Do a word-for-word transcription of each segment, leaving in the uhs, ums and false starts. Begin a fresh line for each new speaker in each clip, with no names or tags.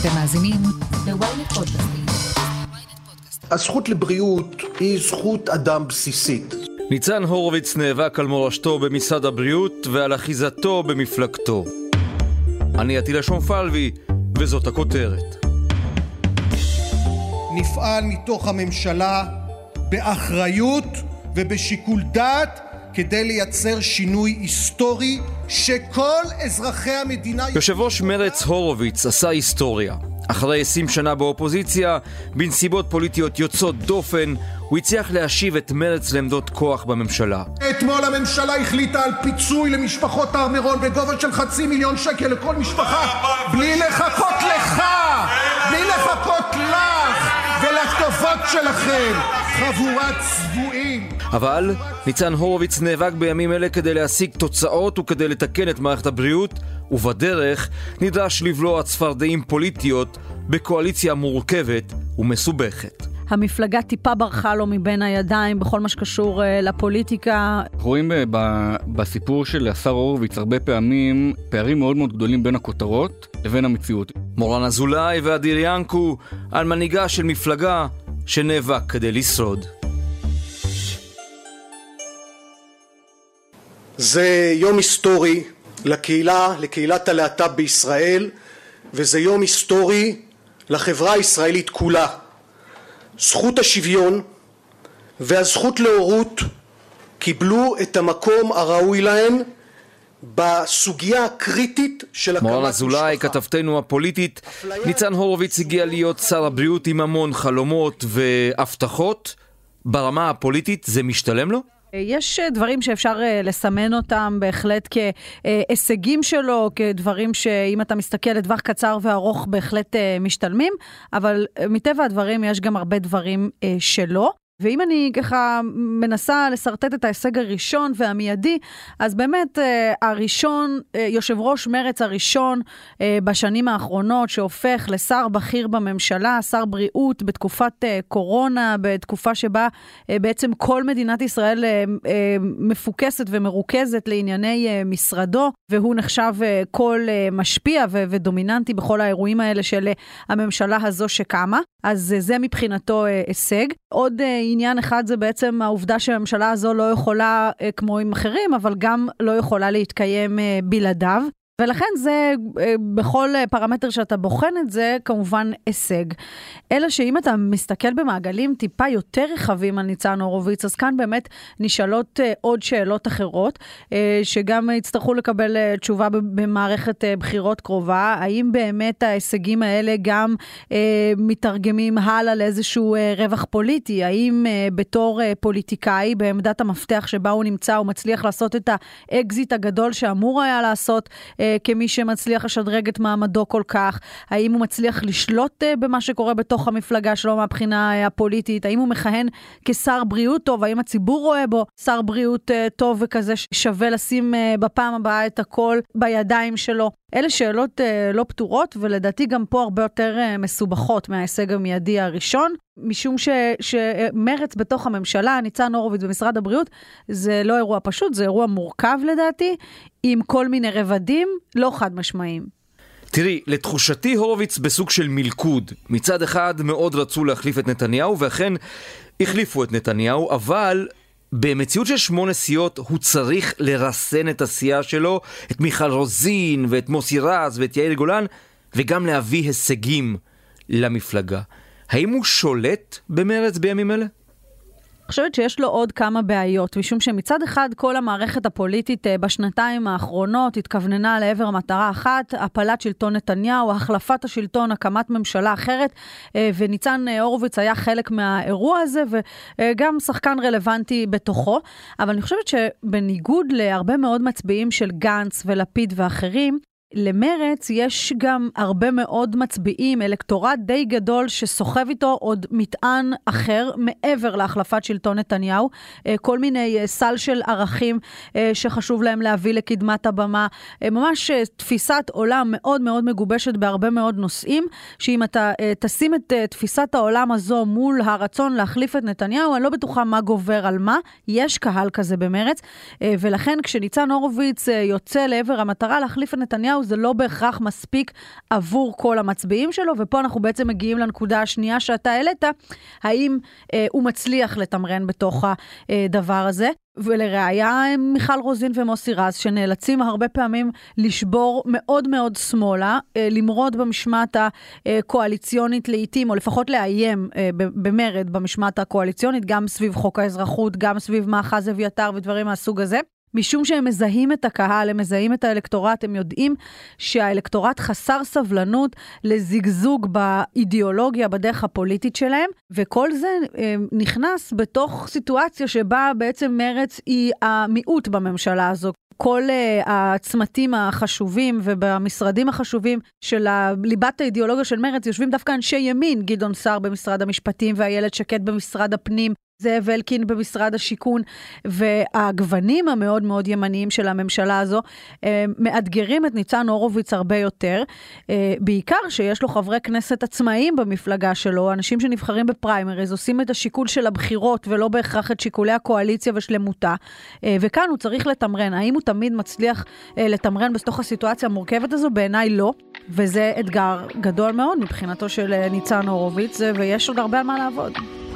אתם מאזינים ל-ynet פודקאסטים.
הזכות לבריאות היא זכות אדם בסיסית.
ניצן הורוביץ נאבק על מורשתו במשרד הבריאות ועל אחיזתו במפלגתו. אני עטילה שומפלבי, וזאת הכותרת.
נפעל מתוך הממשלה באחריות ובשיקול דעת כדי לייצר שינוי היסטורי שכל אזרחי המדינה...
יושב ראש מרץ הורוביץ עשה היסטוריה. אחרי עשרים שנה באופוזיציה, בנסיבות פוליטיות יוצאות דופן, הוא הצליח להשיב את מרץ לעמדות כוח בממשלה.
אתמול הממשלה החליטה על פיצוי למשפחות הר מירון בגובה של חצי מיליון שקל לכל משפחה, בלי לחכות לך, בלי לחכות לך ולטובות שלכם, חבורת צבועים.
אבל ניצן הורוביץ נאבק בימים אלה כדי להשיג תוצאות וכדי לתקן את מערכת הבריאות, ובדרך נדרש לבלוע צפרדעים פוליטיות בקואליציה מורכבת ומסובכת.
המפלגה טיפה ברחה לו מבין הידיים בכל מה שקשור לפוליטיקה.
רואים בסיפור של השר הורוביץ הרבה פעמים פערים מאוד מאוד גדולים בין הכותרות לבין המציאות.
מורן אזולאי ואדיר ינקו על מנהיגה של מפלגה שנאבק כדי לשרוד.
זה יום היסטורי לקהילה, לקהילת הלהט"ב בישראל, וזה יום היסטורי לחברה הישראלית כולה. זכות השוויון והזכות להורות קיבלו את המקום הראוי להן בסוגיה הקריטית של הקמת משפחה.
מורן אזולאי, כתבתנו הפוליטית, ניצן הורוביץ הגיע להיות שר הבריאות עם המון חלומות והבטחות. ברמה הפוליטית זה משתלם לו?
יש דברים שאפשר לסמן אותם בהחלט כהישגים שלו, כדברים שאם אתה מסתכל לטווח קצר וארוך בהחלט משתלמים, אבל מטבע הדברים יש גם הרבה דברים שלא. ואם אני ככה מנסה לסרטט את ההישג הראשון והמיידי, אז באמת הראשון, יושב ראש מרץ הראשון בשנים האחרונות שהופך לשר בכיר בממשלה, שר בריאות בתקופת קורונה, בתקופה שבה בעצם כל מדינת ישראל מפוקסת ומרוכזת לענייני משרדו, והוא נחשב כל משפיע ודומיננטי בכל האירועים האלה של הממשלה הזו שקמה. אז זה מבחינתו הישג. עוד עניין אחד זה בעצם העובדה שהממשלה הזו לא יכולה, כמו עם אחרים, אבל גם לא יכולה להתקיים בלעדיו. ולכן זה, בכל פרמטר שאתה בוחן את זה, כמובן הישג. אלא שאם אתה מסתכל במעגלים טיפה יותר רחבים על ניצן הורוביץ, אז כאן באמת נשאלות עוד שאלות אחרות, שגם יצטרכו לקבל תשובה במערכת בחירות קרובה. האם באמת ההישגים האלה גם מתרגמים הלאה לאיזשהו רווח פוליטי? האם בתור פוליטיקאי, בעמדת המפתח שבה הוא נמצא, הוא מצליח לעשות את האקזיט הגדול שאמור היה לעשות, כמי שמצליח לשדרג את מעמדו כל כך? האם הוא מצליח לשלוט במה שקורה בתוך המפלגה שלו מהבחינה הפוליטית? האם הוא מכהן כשר בריאות טוב? האם הציבור רואה בו שר בריאות טוב וכזה שווה לשים בפעם הבאה את הכל בידיים שלו? אלה שאלות לא פתורות, ולדעתי גם פה הרבה יותר מסובכות מההישג המיידי הראשון, משום ש, שמרץ בתוך הממשלה, ניצן הורוביץ במשרד הבריאות, זה לא אירוע פשוט, זה אירוע מורכב לדעתי, עם כל מיני רבדים לא חד משמעיים.
תראי, לתחושתי הורוביץ בסוג של מלכוד. מצד אחד מאוד רצו להחליף את נתניהו, ואכן החליפו את נתניהו, אבל במציאות של שמונה סיעות הוא צריך לרסן את הסיעה שלו, את מיכל רוזין ואת מוסי רז ואת יאיר גולן, וגם להביא הישגים למפלגה. האם הוא שולט במרץ בימים אלה?
אני חושבת שיש לו עוד כמה בעיות, משום שמצד אחד כל המערכת הפוליטית בשנתיים האחרונות התכווננה לעבר מטרה אחת, הפלת שלטון נתניהו, החלפת השלטון, הקמת ממשלה אחרת, וניצן הורוביץ היה חלק מהאירוע הזה, וגם שחקן רלוונטי בתוכו. אבל אני חושבת שבניגוד להרבה מאוד מצביעים של גנץ ולפיד ואחרים, למרץ יש גם הרבה מאוד מצביעים, אלקטורט די גדול שסוחב איתו עוד מטען אחר מעבר להחלפת שלטון נתניהו, כל מיני סל של ערכים שחשוב להם להביא לקדמת הבמה, ממש תפיסת עולם מאוד מאוד מגובשת בהרבה מאוד נושאים, שאם אתה תשים את תפיסת העולם הזו מול הרצון להחליף את נתניהו, אני לא בטוחה מה גובר על מה, יש קהל כזה במרץ, ולכן כשניצן הורוביץ יוצא לעבר המטרה להחליף את נתניהו, נתניהו זה לא בהכרח מספיק עבור כל המצביעים שלו, ופה אנחנו בעצם מגיעים לנקודה השנייה שאתה העלית, האם אה, הוא מצליח לתמרן בתוך הדבר הזה. ולראיה מיכל רוזין ומוסי רז שנאלצים הרבה פעמים לשבור מאוד מאוד שמאלה, למרוד במשמעת הקואליציונית לעתים, או לפחות לאיים במרד במשמעת הקואליציונית, גם סביב חוק האזרחות, גם סביב מאחז אביתר ודברים מהסוג הזה. משום שהם מזהים את הקהל, הם מזהים את האלקטורט, הם יודעים שהאלקטורט חסר סבלנות לזגזוג באידיאולוגיה, בדרך הפוליטית שלהם, וכל זה נכנס בתוך סיטואציה שבה בעצם מרץ היא המיעוט בממשלה הזו. כל uh, הצמתים החשובים ובמשרדים החשובים של ליבת האידיאולוגיה של מרץ יושבים דווקא אנשי ימין, גדעון סער במשרד המשפטים ואיילת שקד במשרד הפנים, זאב אלקין במשרד השיכון, והגוונים המאוד מאוד ימניים של הממשלה הזו מאתגרים את ניצן הורוביץ הרבה יותר, בעיקר שיש לו חברי כנסת עצמאיים במפלגה שלו, אנשים שנבחרים בפריימריז, עושים את השיקול של הבחירות ולא בהכרח את שיקולי הקואליציה ושלמותה, וכאן הוא צריך לתמרן. האם הוא תמיד מצליח לתמרן בתוך הסיטואציה המורכבת הזו? בעיניי לא, וזה אתגר גדול מאוד מבחינתו של ניצן הורוביץ, ויש עוד הרבה על מה לעבוד.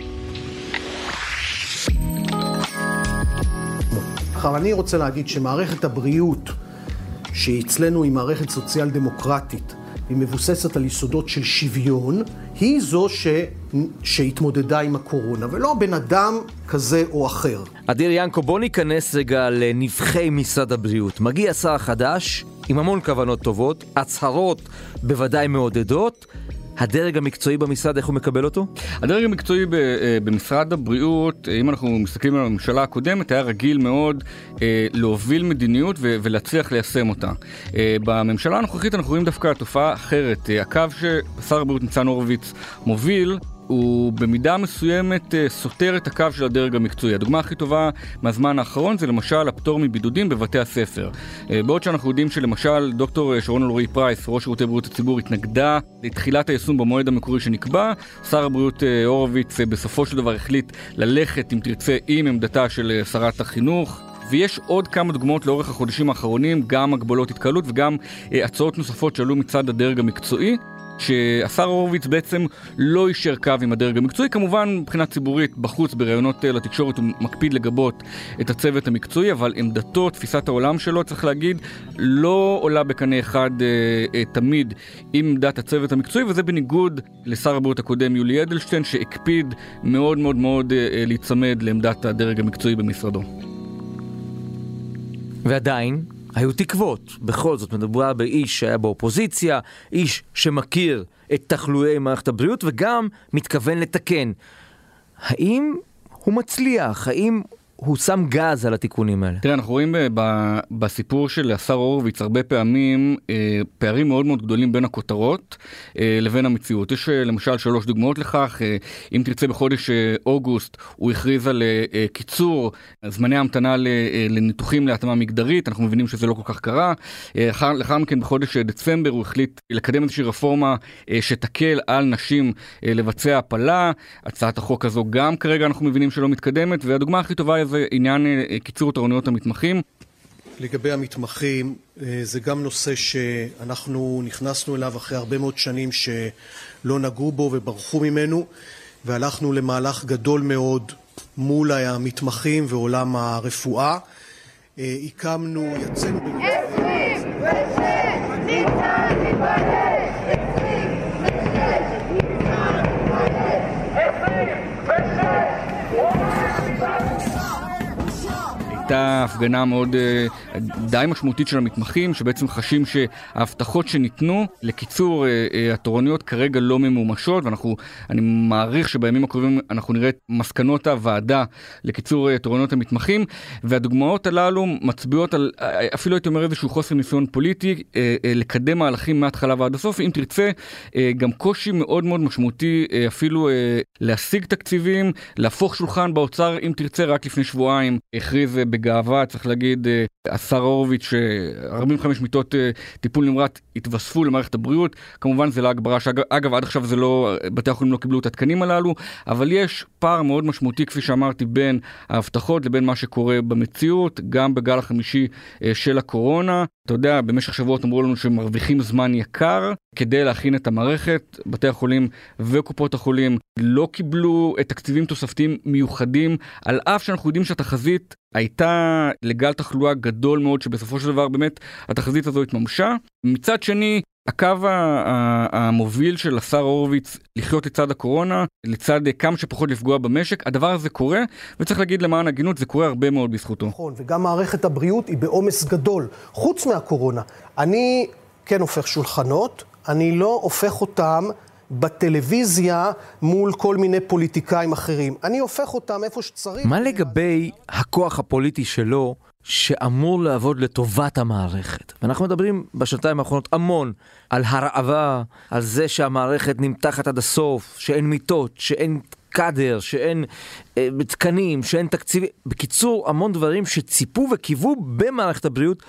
עכשיו אני רוצה להגיד שמערכת הבריאות שאצלנו היא מערכת סוציאל דמוקרטית, היא מבוססת על יסודות של שוויון, היא זו ש... שהתמודדה עם הקורונה, ולא בן אדם כזה או אחר.
אדיר ינקו, בוא ניכנס רגע לנבחי משרד הבריאות. מגיע שר חדש עם המון כוונות טובות, הצהרות בוודאי מעודדות. הדרג המקצועי במשרד, איך הוא מקבל אותו?
הדרג המקצועי במשרד הבריאות, אם אנחנו מסתכלים על הממשלה הקודמת, היה רגיל מאוד להוביל מדיניות ולהצליח ליישם אותה. בממשלה הנוכחית אנחנו רואים דווקא תופעה אחרת. הקו ששר הבריאות ניצן הורוביץ מוביל, הוא במידה מסוימת סותר את הקו של הדרג המקצועי. הדוגמה הכי טובה מהזמן האחרון זה למשל הפטור מבידודים בבתי הספר. בעוד שאנחנו יודעים שלמשל דוקטור שרון אלרועי פרייס, ראש שירותי בריאות הציבור, התנגדה לתחילת היישום במועד המקורי שנקבע, שר הבריאות הורוביץ בסופו של דבר החליט ללכת, אם תרצה, עם עמדתה של שרת החינוך. ויש עוד כמה דוגמאות לאורך החודשים האחרונים, גם הגבלות התקהלות וגם הצעות נוספות שעלו מצד הדרג המקצועי, שהשר הורוביץ בעצם לא יישר קו עם הדרג המקצועי. כמובן מבחינה ציבורית בחוץ ברעיונות לתקשורת הוא מקפיד לגבות את הצוות המקצועי, אבל עמדתו, תפיסת העולם שלו, צריך להגיד, לא עולה בקנה אחד אה, אה, תמיד עם עמדת הצוות המקצועי, וזה בניגוד לשר הבריאות הקודם יולי אדלשטיין, שהקפיד מאוד מאוד מאוד אה, להיצמד לעמדת הדרג המקצועי במשרדו.
ועדיין היו תקוות. בכל זאת מדובר באיש שהיה באופוזיציה, איש שמכיר את תחלואי מערכת הבריאות וגם מתכוון לתקן. האם הוא מצליח? האם הוא שם גז על התיקונים האלה?
תראה, אנחנו רואים ב- בסיפור של השר הורוביץ הרבה פעמים אה, פערים מאוד מאוד גדולים בין הכותרות אה, לבין המציאות. יש אה, למשל שלוש דוגמאות לכך. אה, אם תרצה, בחודש אה, אוגוסט הוא הכריז על אה, קיצור זמני המתנה ל- אה, לניתוחים להתאמה מגדרית. אנחנו מבינים שזה לא כל כך קרה. אה, לאחר מכן בחודש אה, דצמבר הוא החליט לקדם איזושהי רפורמה אה, שתקל על נשים אה, לבצע הפלה. הצעת החוק הזו גם כרגע אנחנו מבינים שלא מתקדמת, והדוגמה הכי טובה זה עניין קיצור תורנויות המתמחים.
לגבי המתמחים, זה גם נושא שאנחנו נכנסנו אליו אחרי הרבה מאוד שנים שלא נגעו בו וברחו ממנו, והלכנו למהלך גדול מאוד מול המתמחים ועולם הרפואה. הקמנו, יצאנו
הייתה הפגנה מאוד די משמעותית של המתמחים, שבעצם חשים שההבטחות שניתנו לקיצור התורניות כרגע לא ממומשות, ואנחנו, אני מעריך שבימים הקרובים אנחנו נראה את מסקנות הוועדה לקיצור תורניות המתמחים, והדוגמאות הללו מצביעות על, אפילו הייתי אומר איזשהו חוסר ניסיון פוליטי, לקדם מהלכים מההתחלה ועד הסוף. אם תרצה, גם קושי מאוד מאוד משמעותי אפילו להשיג תקציבים, להפוך שולחן באוצר, אם תרצה, רק לפני שבועיים הכריז בגאווה, צריך להגיד, השר הורוביץ ש-ארבעים וחמש מיטות טיפול נמרץ התווספו למערכת הבריאות. כמובן זה לא הגברה, שאגב עד עכשיו זה לא, בתי החולים לא קיבלו את התקנים הללו, אבל יש פער מאוד משמעותי כפי שאמרתי בין ההבטחות לבין מה שקורה במציאות, גם בגל החמישי של הקורונה. אתה יודע, במשך שבועות אמרו לנו שמרוויחים זמן יקר כדי להכין את המערכת. בתי החולים וקופות החולים לא קיבלו את תקציבים תוספתיים מיוחדים, על אף שאנחנו יודעים שהתחזית הייתה לגל תחלואה גדול מאוד, שבסופו של דבר באמת התחזית הזו התממשה. מצד שני, הקו המוביל של השר הורוביץ לחיות לצד הקורונה, לצד כמה שפחות לפגוע במשק, הדבר הזה קורה, וצריך להגיד למען הגינות, זה קורה הרבה מאוד בזכותו.
נכון, וגם מערכת הבריאות היא בעומס גדול, חוץ מהקורונה. אני כן הופך שולחנות, אני לא הופך אותם בטלוויזיה מול כל מיני פוליטיקאים אחרים. אני הופך אותם איפה שצריך.
מה לגבי הכוח הפוליטי שלו, שאמור לעבוד לטובת המערכת? ואנחנו מדברים בשנתיים האחרונות המון על הרעבה, על זה שהמערכת נמתחת עד הסוף, שאין מיטות, שאין קדר, שאין אה, תקנים, שאין תקציבים. בקיצור, המון דברים שציפו וקיוו במערכת הבריאות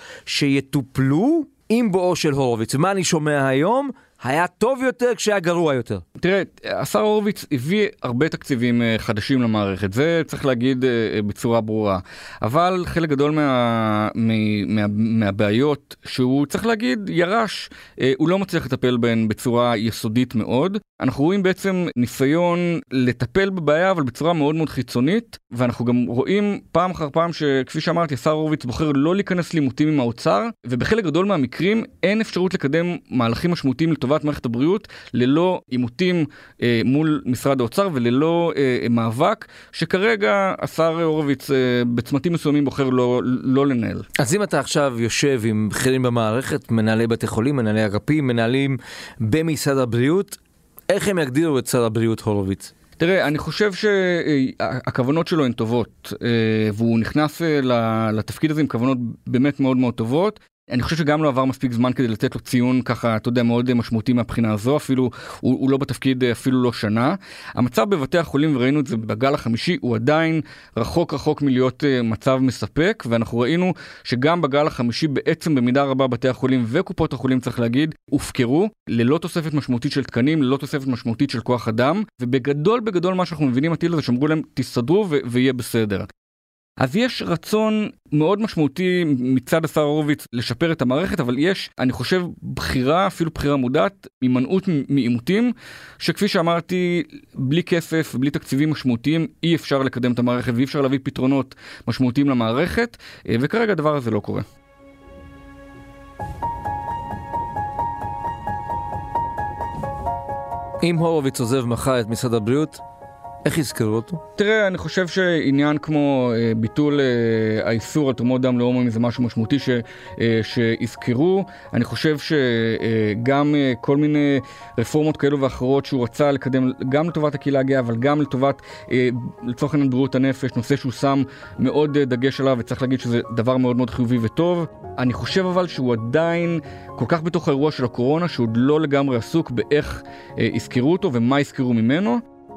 שיטופלו עם בואו של הורוביץ. ומה אני שומע היום? היה טוב יותר כשהיה גרוע יותר.
תראה, השר הורוביץ הביא הרבה תקציבים חדשים למערכת, זה צריך להגיד בצורה ברורה. אבל חלק גדול מה, מה, מהבעיות שהוא צריך להגיד ירש, הוא לא מצליח לטפל בהן בצורה יסודית מאוד. אנחנו רואים בעצם ניסיון לטפל בבעיה, אבל בצורה מאוד מאוד חיצונית, ואנחנו גם רואים פעם אחר פעם שכפי שאמרתי, השר הורוביץ בוחר לא להיכנס לימותים עם האוצר, ובחלק גדול מהמקרים אין אפשרות לקדם מהלכים משמעותיים לטובת מערכת הבריאות, ללא עימותים אה, מול משרד האוצר וללא אה, מאבק, שכרגע השר הורוביץ אה, בצמתים מסוימים בוחר לא, לא לנהל.
אז אם אתה עכשיו יושב עם בכירים במערכת, מנהלי בתי חולים, מנהלי אגפים, מנהלים במשרד הבריאות, איך הם יגדירו את שר הבריאות הורוביץ?
תראה, אני חושב שהכוונות שלו הן טובות, והוא נכנס לתפקיד הזה עם כוונות באמת מאוד מאוד טובות. אני חושב שגם לא עבר מספיק זמן כדי לתת לו ציון ככה, אתה יודע, מאוד משמעותי מהבחינה הזו, אפילו, הוא, הוא לא בתפקיד אפילו לא שנה. המצב בבתי החולים, וראינו את זה בגל החמישי, הוא עדיין רחוק רחוק מלהיות מצב מספק, ואנחנו ראינו שגם בגל החמישי בעצם במידה רבה בתי החולים וקופות החולים, צריך להגיד, הופקרו, ללא תוספת משמעותית של תקנים, ללא תוספת משמעותית של כוח אדם, ובגדול בגדול מה שאנחנו מבינים עתיד לזה, שאמרו להם, תסתדרו ו- ויהיה בסדר. אז יש רצון מאוד משמעותי מצד השר הורוביץ לשפר את המערכת, אבל יש, אני חושב, בחירה, אפילו בחירה מודעת, ממנעות מעימותים, שכפי שאמרתי, בלי כסף, בלי תקציבים משמעותיים, אי אפשר לקדם את המערכת, ואי אפשר להביא פתרונות משמעותיים למערכת, וכרגע הדבר הזה לא קורה.
אם הורוביץ עוזב מחר את משרד הבריאות, איך יזכרו אותו?
תראה, אני חושב שעניין כמו אה, ביטול אה, האיסור על תרומות דם להומואים זה משהו משמעותי ש, אה, שיזכרו. אני חושב שגם אה, אה, כל מיני רפורמות כאלו ואחרות שהוא רצה לקדם גם לטובת הקהילה הגאה, אבל גם לטובת, אה, לצורך העניין בריאות הנפש, נושא שהוא שם מאוד אה, דגש עליו, וצריך להגיד שזה דבר מאוד מאוד חיובי וטוב. אני חושב אבל שהוא עדיין כל כך בתוך האירוע של הקורונה, שהוא עוד לא לגמרי עסוק באיך אה, יזכרו אותו ומה יזכרו ממנו.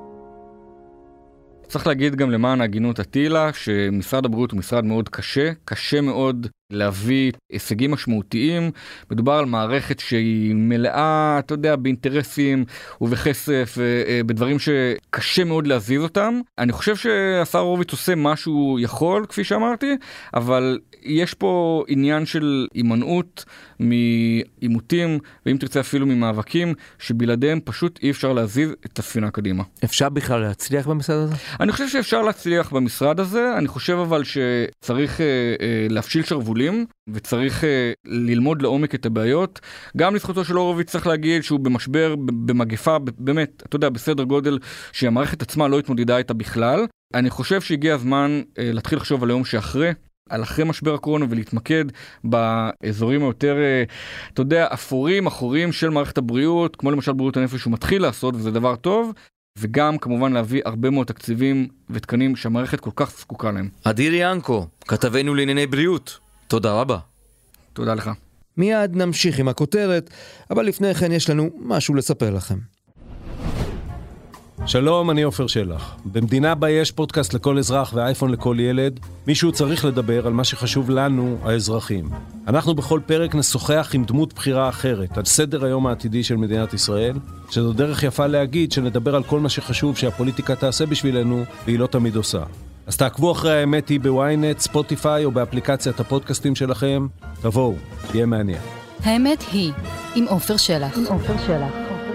צריך להגיד גם למען ההגינות עתילה, שמשרד הבריאות הוא משרד מאוד קשה, קשה מאוד להביא הישגים משמעותיים. מדובר על מערכת שהיא מלאה, אתה יודע, באינטרסים ובכסף, בדברים שקשה מאוד להזיז אותם. אני חושב שהשר הורוביץ עושה מה שהוא יכול, כפי שאמרתי, אבל יש פה עניין של הימנעות מעימותים, ואם תרצה אפילו ממאבקים, שבלעדיהם פשוט אי אפשר להזיז את הספינה קדימה.
אפשר בכלל להצליח במשרד הזה?
אני חושב שאפשר להצליח במשרד הזה, אני חושב אבל שצריך אה, אה, להפשיל שרבולים, וצריך אה, ללמוד לעומק את הבעיות. גם לזכותו של הורוביץ צריך להגיד שהוא במשבר, במגפה, באמת, אתה יודע, בסדר גודל שהמערכת עצמה לא התמודדה איתה בכלל. אני חושב שהגיע הזמן אה, להתחיל לחשוב על היום שאחרי, על אחרי משבר הקורונה, ולהתמקד באזורים היותר, אתה יודע, אפורים, אחורים של מערכת הבריאות, כמו למשל בריאות הנפש שהוא מתחיל לעשות, וזה דבר טוב, וגם כמובן להביא הרבה מאוד תקציבים ותקנים שהמערכת כל כך זקוקה להם.
אדיר ינקו, כתבנו לענייני בריאות, תודה רבה.
תודה לך.
מיד נמשיך עם הכותרת, אבל לפני כן יש לנו משהו לספר לכם.
שלום, אני עופר שלח. במדינה בה יש פודקאסט לכל אזרח ואייפון לכל ילד, מישהו צריך לדבר על מה שחשוב לנו, האזרחים. אנחנו בכל פרק נשוחח עם דמות בחירה אחרת, על סדר היום העתידי של מדינת ישראל, שזו דרך יפה להגיד שנדבר על כל מה שחשוב שהפוליטיקה תעשה בשבילנו, והיא לא תמיד עושה. אז תעקבו אחרי האמת היא בוויינט, ספוטיפיי או באפליקציית הפודקאסטים שלכם. תבואו, תהיה מעניין.
האמת היא, עם עופר שלח. עם עופר שלח.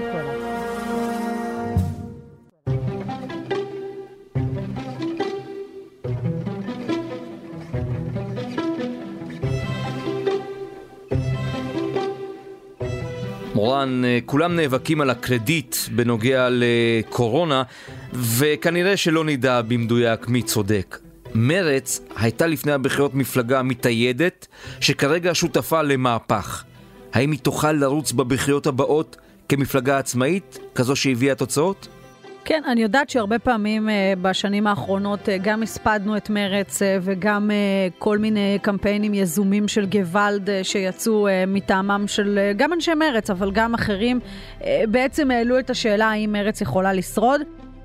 מורן, כולם נאבקים על הקרדיט בנוגע לקורונה, וכנראה שלא נדע במדויק מי צודק. מרץ הייתה לפני הבחירות מפלגה מתיידת, שכרגע שותפה למהפך. האם היא תוכל לרוץ בבחירות הבאות כמפלגה עצמאית, כזו שהביאה תוצאות?
כן, אני יודעת שהרבה פעמים בשנים האחרונות גם הספדנו את מרץ וגם כל מיני קמפיינים יזומים של גוואלד שיצאו מטעמם של גם אנשי מרץ, אבל גם אחרים, בעצם העלו את השאלה האם מרץ יכולה לשרוד.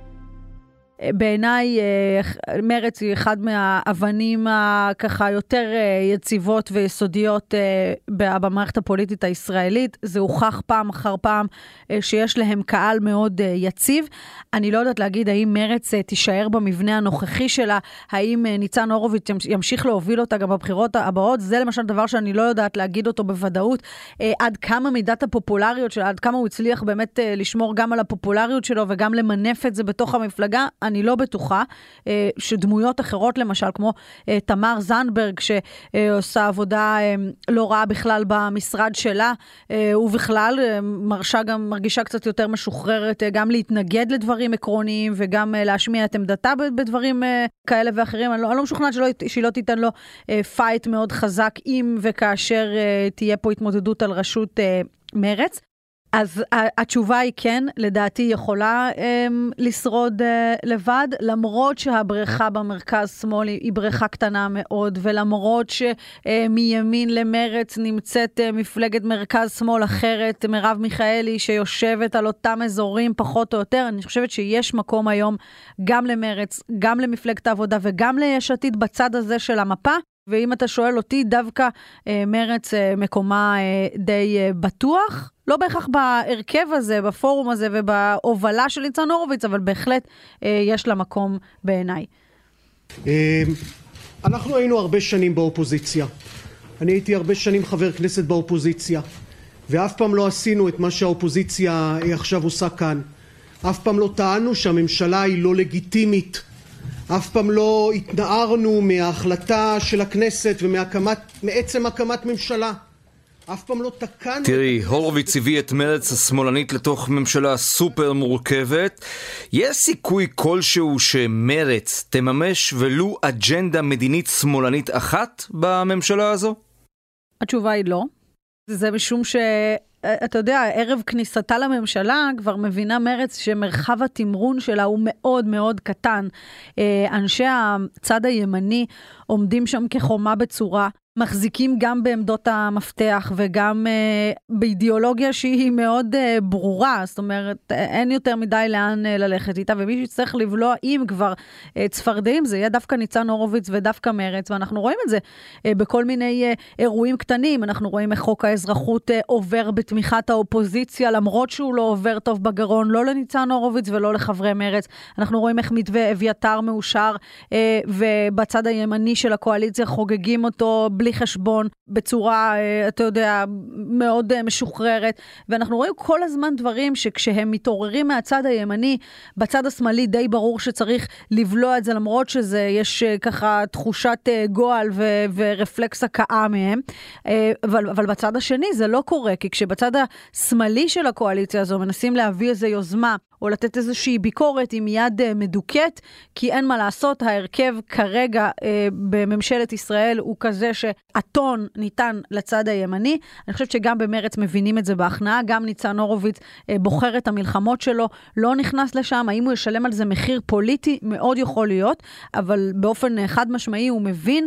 בעיניי מרץ היא אחד מהאבנים ככה יותר יציבות ויסודיות במערכת הפוליטית הישראלית. זה הוכח פעם אחר פעם שיש להם קהל מאוד יציב. אני לא יודעת להגיד האם מרץ תישאר במבנה הנוכחי שלה, האם ניצן הורוביץ ימשיך להוביל אותה גם בבחירות הבאות. זה למשל דבר שאני לא יודעת להגיד אותו בוודאות. עד כמה מידת הפופולריות שלה, עד כמה הוא הצליח באמת לשמור גם על הפופולריות שלו וגם למנף את זה בתוך המפלגה. אני לא בטוחה שדמויות אחרות, למשל, כמו תמר זנדברג, שעושה עבודה לא רעה בכלל במשרד שלה, ובכלל מרשה גם, מרגישה קצת יותר משוחררת, גם להתנגד לדברים עקרוניים, וגם להשמיע את עמדתה בדברים כאלה ואחרים. אני לא, אני לא משוכנעת שלא, שהיא לא תיתן לו פייט מאוד חזק, אם וכאשר תהיה פה התמודדות על ראשות מרץ. אז התשובה היא כן, לדעתי יכולה אמ, לשרוד אה, לבד, למרות שהבריכה במרכז שמאל היא, היא בריכה קטנה מאוד, ולמרות שמימין אה, למרץ נמצאת אה, מפלגת מרכז שמאל אחרת, מרב מיכאלי, שיושבת על אותם אזורים פחות או יותר. אני חושבת שיש מקום היום גם למרץ, גם למפלגת העבודה וגם ליש עתיד בצד הזה של המפה. ואם אתה שואל אותי, דווקא אה, מרץ אה, מקומה אה, די אה, בטוח, לא בהכרח בהרכב הזה, בפורום הזה ובהובלה של ניצן הורוביץ, אבל בהחלט אה, יש לה מקום בעיניי.
אה, אנחנו היינו הרבה שנים באופוזיציה. אני הייתי הרבה שנים חבר כנסת באופוזיציה, ואף פעם לא עשינו את מה שהאופוזיציה עכשיו עושה כאן. אף פעם לא טענו שהממשלה היא לא לגיטימית. אף פעם לא התנערנו מההחלטה של הכנסת ומעצם הקמת ממשלה. אף פעם לא תקענו...
תראי, הורוביץ הביא את מרץ השמאלנית לתוך ממשלה סופר מורכבת. יש סיכוי כלשהו שמרץ תממש ולו אג'נדה מדינית שמאלנית אחת בממשלה הזו?
התשובה היא לא. זה משום ש... אתה יודע, ערב כניסתה לממשלה כבר מבינה מרץ שמרחב התמרון שלה הוא מאוד מאוד קטן. אנשי הצד הימני עומדים שם כחומה בצורה, מחזיקים גם בעמדות המפתח וגם uh, באידיאולוגיה שהיא מאוד uh, ברורה, זאת אומרת, אין יותר מדי לאן uh, ללכת איתה, ומי שצריך לבלוע אם כבר uh, צפרדעים, זה יהיה דווקא ניצן הורוביץ ודווקא מרץ, ואנחנו רואים את זה uh, בכל מיני uh, אירועים קטנים. אנחנו רואים איך חוק האזרחות uh, עובר בתמיכת האופוזיציה, למרות שהוא לא עובר טוב בגרון, לא לניצן הורוביץ ולא לחברי מרץ. אנחנו רואים איך מתווה אביתר מאושר, uh, ובצד הימני של הקואליציה חוגגים אותו בלי חשבון, בצורה, אתה יודע, מאוד משוחררת, ואנחנו רואים כל הזמן דברים שכשהם מתעוררים מהצד הימני, בצד השמאלי די ברור שצריך לבלוע את זה, למרות שזה, יש ככה תחושת גועל ו- ורפלקס הקאה מהם, אבל, אבל בצד השני זה לא קורה, כי כשבצד השמאלי של הקואליציה הזו מנסים להביא איזו יוזמה, או לתת איזושהי ביקורת עם יד מדוקת, כי אין מה לעשות, ההרכב כרגע אה, בממשלת ישראל הוא כזה שהטון ניתן לצד הימני. אני חושבת שגם במרץ מבינים את זה בהכנעה, גם ניצן הורוביץ אה, בוחר את המלחמות שלו, לא נכנס לשם, האם הוא ישלם על זה מחיר פוליטי? מאוד יכול להיות, אבל באופן חד משמעי הוא מבין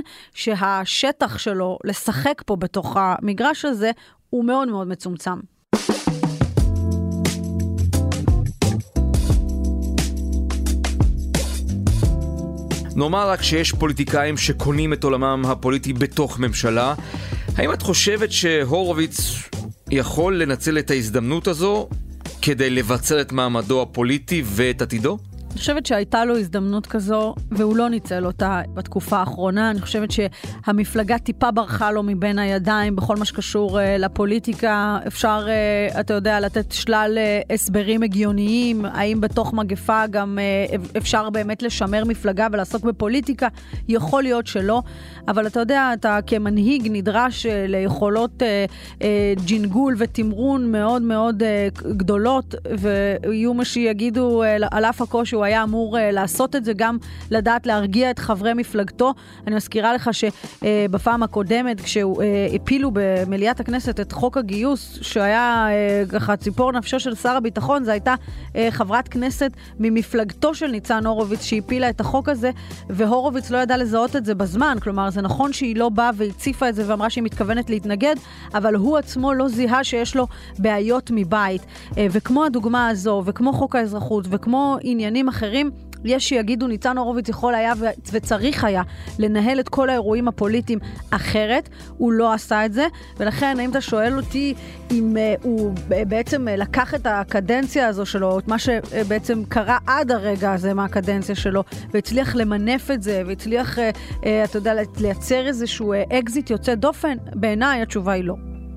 שהשטח שלו לשחק פה בתוך המגרש הזה הוא מאוד מאוד מצומצם.
נאמר רק שיש פוליטיקאים שקונים את עולמם הפוליטי בתוך ממשלה. האם את חושבת שהורוביץ יכול לנצל את ההזדמנות הזו כדי לבצר את מעמדו הפוליטי ואת עתידו?
אני חושבת שהייתה לו הזדמנות כזו, והוא לא ניצל אותה בתקופה האחרונה. אני חושבת שהמפלגה טיפה ברחה לו מבין הידיים בכל מה שקשור uh, לפוליטיקה. אפשר, uh, אתה יודע, לתת שלל uh, הסברים הגיוניים, האם בתוך מגפה גם uh, אפשר באמת לשמר מפלגה ולעסוק בפוליטיקה. יכול להיות שלא, אבל אתה יודע, אתה כמנהיג נדרש uh, ליכולות uh, uh, ג'ינגול ותמרון מאוד מאוד uh, גדולות, ויהיו מה שיגידו uh, על אף הקושי הוא היה אמור uh, לעשות את זה, גם לדעת להרגיע את חברי מפלגתו. אני מזכירה לך שבפעם uh, הקודמת, כשהוא uh, הפילו במליאת הכנסת את חוק הגיוס, שהיה uh, ככה ציפור נפשו של שר הביטחון, זו הייתה uh, חברת כנסת ממפלגתו של ניצן הורוביץ שהפילה את החוק הזה, והורוביץ לא ידע לזהות את זה בזמן. כלומר, זה נכון שהיא לא באה והציפה את זה ואמרה שהיא מתכוונת להתנגד, אבל הוא עצמו לא זיהה שיש לו בעיות מבית. Uh, וכמו הדוגמה הזו, וכמו חוק האזרחות, וכמו עניינים אחרים, יש שיגידו ניצן הורוביץ יכול היה וצריך היה לנהל את כל האירועים הפוליטיים אחרת. הוא לא עשה את זה, ולכן אם אתה שואל אותי אם uh, הוא בעצם uh, לקח את הקדנציה הזו שלו, את מה שבעצם קרה עד הרגע הזה מהקדנציה שלו, והצליח למנף את זה, והצליח, uh, uh, אתה יודע, לייצר איזשהו אקזיט יוצא דופן, בעיניי התשובה היא לא.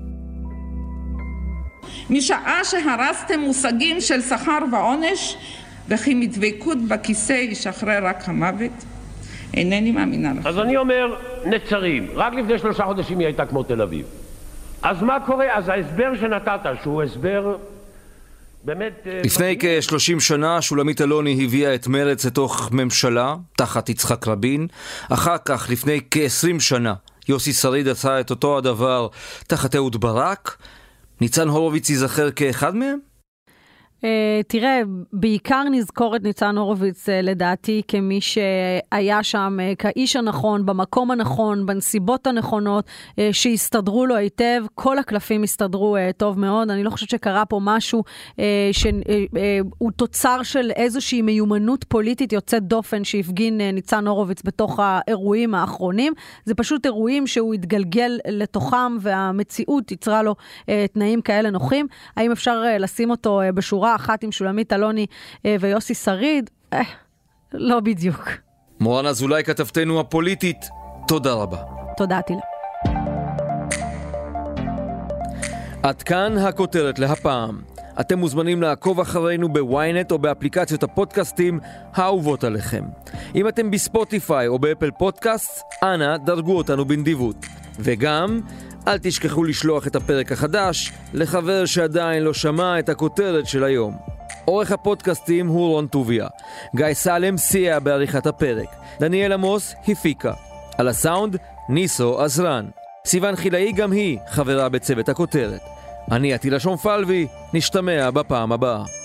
משעה שהרסתם מושגים של שכר ועונש, וכי מדבקות בכיסא ישחרר רק המוות, אינני מאמינה לך.
אז אני אומר, נצרים, רק לפני שלושה חודשים היא הייתה כמו תל אביב. אז מה קורה? אז ההסבר שנתת, שהוא הסבר באמת...
לפני כ-שלושים שנה שולמית אלוני הביאה את מרץ לתוך ממשלה, תחת יצחק רבין. אחר כך, לפני כ-עשרים שנה, יוסי שריד עשה את אותו הדבר תחת אהוד ברק. ניצן הורוביץ ייזכר כאחד מהם?
Uh, תראה, בעיקר נזכור את ניצן הורוביץ uh, לדעתי כמי שהיה שם uh, כאיש הנכון, במקום הנכון, בנסיבות הנכונות, uh, שהסתדרו לו היטב. כל הקלפים הסתדרו uh, טוב מאוד. אני לא חושבת שקרה פה משהו uh, שהוא uh, uh, תוצר של איזושהי מיומנות פוליטית יוצאת דופן שהפגין uh, ניצן הורוביץ בתוך האירועים האחרונים. זה פשוט אירועים שהוא התגלגל לתוכם, והמציאות יצרה לו uh, תנאים כאלה נוחים. האם אפשר uh, לשים אותו uh, בשורה אחת עם שולמית אלוני ויוסי שריד? אה, לא בדיוק.
מורן אזולאי, כתבתנו הפוליטית, תודה רבה.
תודה תילה.
עד כאן הכותרת להפעם. אתם מוזמנים לעקוב אחרינו בוויינט או באפליקציות הפודקאסטים האהובות עליכם. אם אתם בספוטיפיי או באפל פודקאסט, אנא דרגו אותנו בנדיבות. וגם אל תשכחו לשלוח את הפרק החדש לחבר שעדיין לא שמע את הכותרת של היום. עורך הפודקאסטים הוא רון טוביה. גיא סלם סייע בעריכת הפרק. דניאל עמוס הפיקה. על הסאונד ניסו עזרן. סיוון חילאי גם היא חברה בצוות הכותרת. אני עטילה שומפלבי, נשתמע בפעם הבאה.